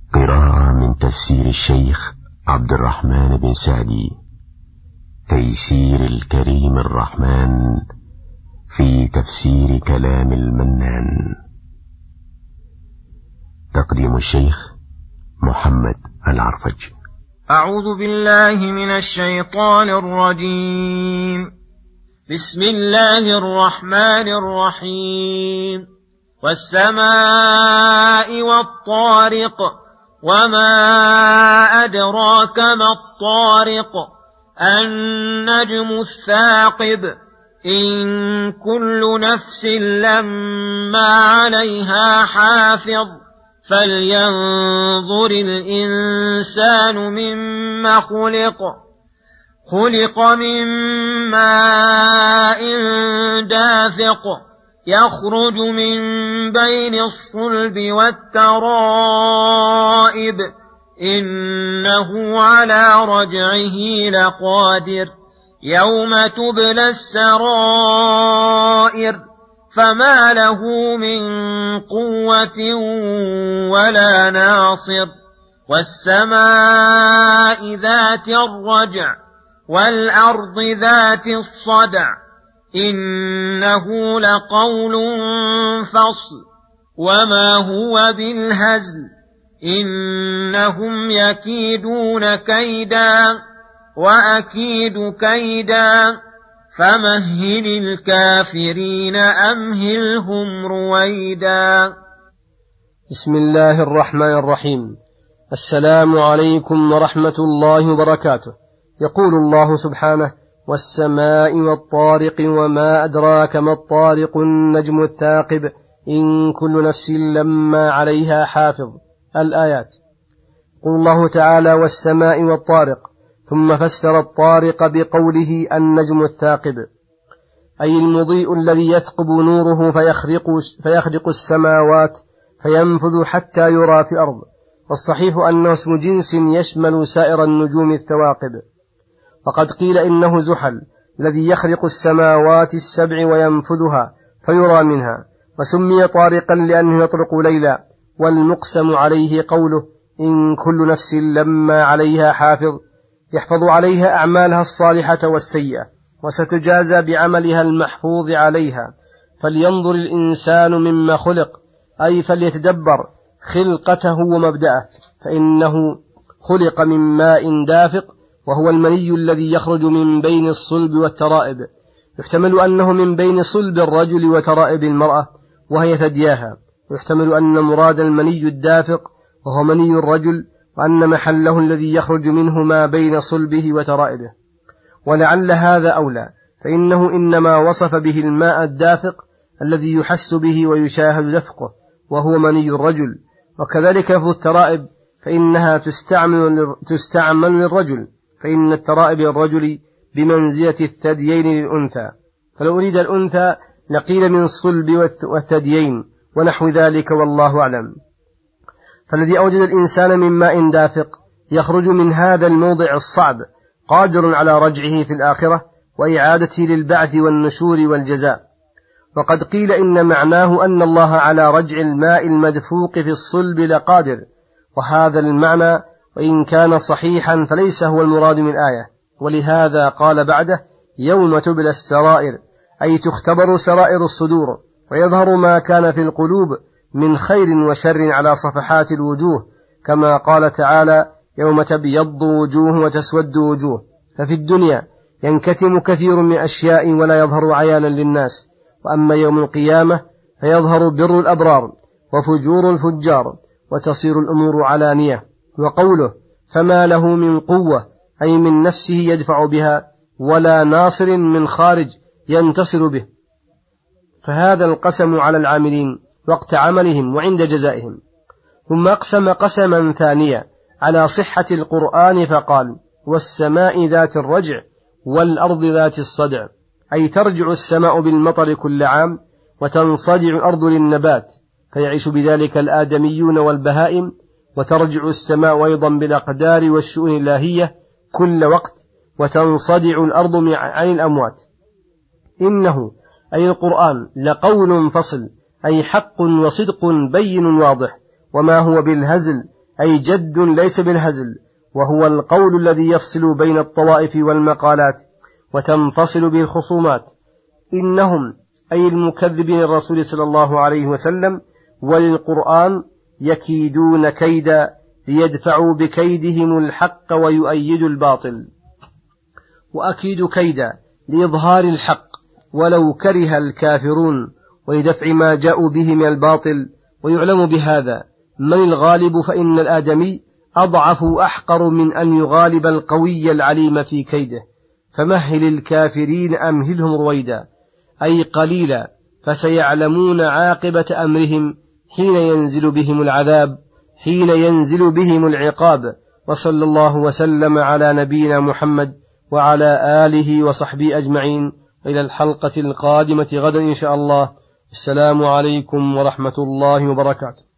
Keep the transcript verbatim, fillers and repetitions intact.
قراءة من تفسير الشيخ عبد الرحمن بن سعدي، تيسير الكريم الرحمن في تفسير كلام المنان. تقديم الشيخ محمد العرفج. أعوذ بالله من الشيطان الرجيم. بسم الله الرحمن الرحيم. والسماء والطارق وما أدراك ما الطارق النجم الثاقب إن كل نفس لما عليها حافظ فلينظر الإنسان مما خلق خلق من ماء دافق يخرج من بين الصلب والترائب إنه على رجعه لقادر يوم تبلى السرائر فما له من قوة ولا ناصر والسماء ذات الرجع والأرض ذات الصدع إنه لقول فصل وما هو بالهزل إنهم يكيدون كيدا وأكيد كيدا فمهل الكافرين أمهلهم رويدا. بسم الله الرحمن الرحيم. السلام عليكم ورحمة الله وبركاته. يقول الله سبحانه: والسماء والطارق وما أدراك ما الطارق النجم الثاقب إن كل نفس لما عليها حافظ. الآيات. يقول الله تعالى: والسماء والطارق، ثم فسر الطارق بقوله النجم الثاقب، أي المضيء الذي يثقب نوره فيخرق, فيخرق السماوات فينفذ حتى يرى في الأرض. والصحيح أنه اسم جنس يشمل سائر النجوم الثواقب. فقد قيل إنه زحل الذي يخرق السماوات السبع وينفذها فيرى منها، وسمي طارقا لأنه يطرق ليلا. والمقسم عليه قوله إن كل نفس لما عليها حافظ، يحفظ عليها أعمالها الصالحة والسيئة وستجازى بعملها المحفوظ عليها. فلينظر الإنسان مما خلق، أي فليتدبر خلقته ومبدأه، فإنه خلق من ماء دافق وهو المني الذي يخرج من بين الصلب والترائب. يحتمل أنه من بين صلب الرجل وترائب المرأة وهي ثدياها، ويحتمل أن مراد المني الدافق وهو مني الرجل، وأن محله الذي يخرج منه ما بين صلبه وترائبه. ولعل هذا أولى، فإنه إنما وصف به الماء الدافق الذي يحس به ويشاهد دفقه وهو مني الرجل. وكذلك لفظ الترائب فإنها تستعمل, تستعمل للرجل، فإن الترائب الرجل بمنزلة الثديين للأنثى، فلو أريد الأنثى لقيل من الصلب والثديين ونحو ذلك، والله أعلم. فالذي أوجد الإنسان من ماء دافق يخرج من هذا الموضع الصعب قادر على رجعه في الآخرة وإعادته للبعث والنشور والجزاء. وقد قيل إن معناه أن الله على رجع الماء المدفوق في الصلب لقادر، وهذا المعنى وإن كان صحيحا فليس هو المراد من الآية. ولهذا قال بعده يوم تبلى السرائر، أي تختبر سرائر الصدور ويظهر ما كان في القلوب من خير وشر على صفحات الوجوه، كما قال تعالى يوم تبيض وجوه وتسود وجوه. ففي الدنيا ينكتم كثير من أشياء ولا يظهر عيانا للناس، وأما يوم القيامة فيظهر بر الأبرار وفجور الفجار وتصير الأمور علانية. وقوله فما له من قوة، أي من نفسه يدفع بها، ولا ناصر من خارج ينتصر به. فهذا القسم على العاملين وقت عملهم وعند جزائهم. ثم أقسم قسما ثانيا على صحة القرآن فقال والسماء ذات الرجع والأرض ذات الصدع، أي ترجع السماء بالمطر كل عام وتنصدع الأرض للنبات فيعيش بذلك الآدميون والبهائم، وترجع السماء أيضا بالأقدار والشؤون الإلهية كل وقت، وتنصدع الأرض عن الأموات. إنه أي القرآن لقول فصل، أي حق وصدق بين واضح، وما هو بالهزل، أي جد ليس بالهزل، وهو القول الذي يفصل بين الطوائف والمقالات وتنفصل به الخصومات. إنهم أي المكذبين الرسول صلى الله عليه وسلم وللقرآن يكيدون كيدا ليدفعوا بكيدهم الحق ويؤيدوا الباطل، وأكيد كيدا لإظهار الحق ولو كره الكافرون ولدفع ما جاءوا به من الباطل. ويعلم بهذا من الغالب، فإن الآدمي أضعف وأحقر من أن يغالب القوي العليم في كيده. فمهل الكافرين أمهلهم رويدا، أي قليلا، فسيعلمون عاقبة أمرهم حين ينزل بهم العذاب، حين ينزل بهم العقاب. وصلى الله وسلم على نبينا محمد وعلى آله وصحبه أجمعين، إلى الحلقة القادمة غدا إن شاء الله. السلام عليكم ورحمة الله وبركاته.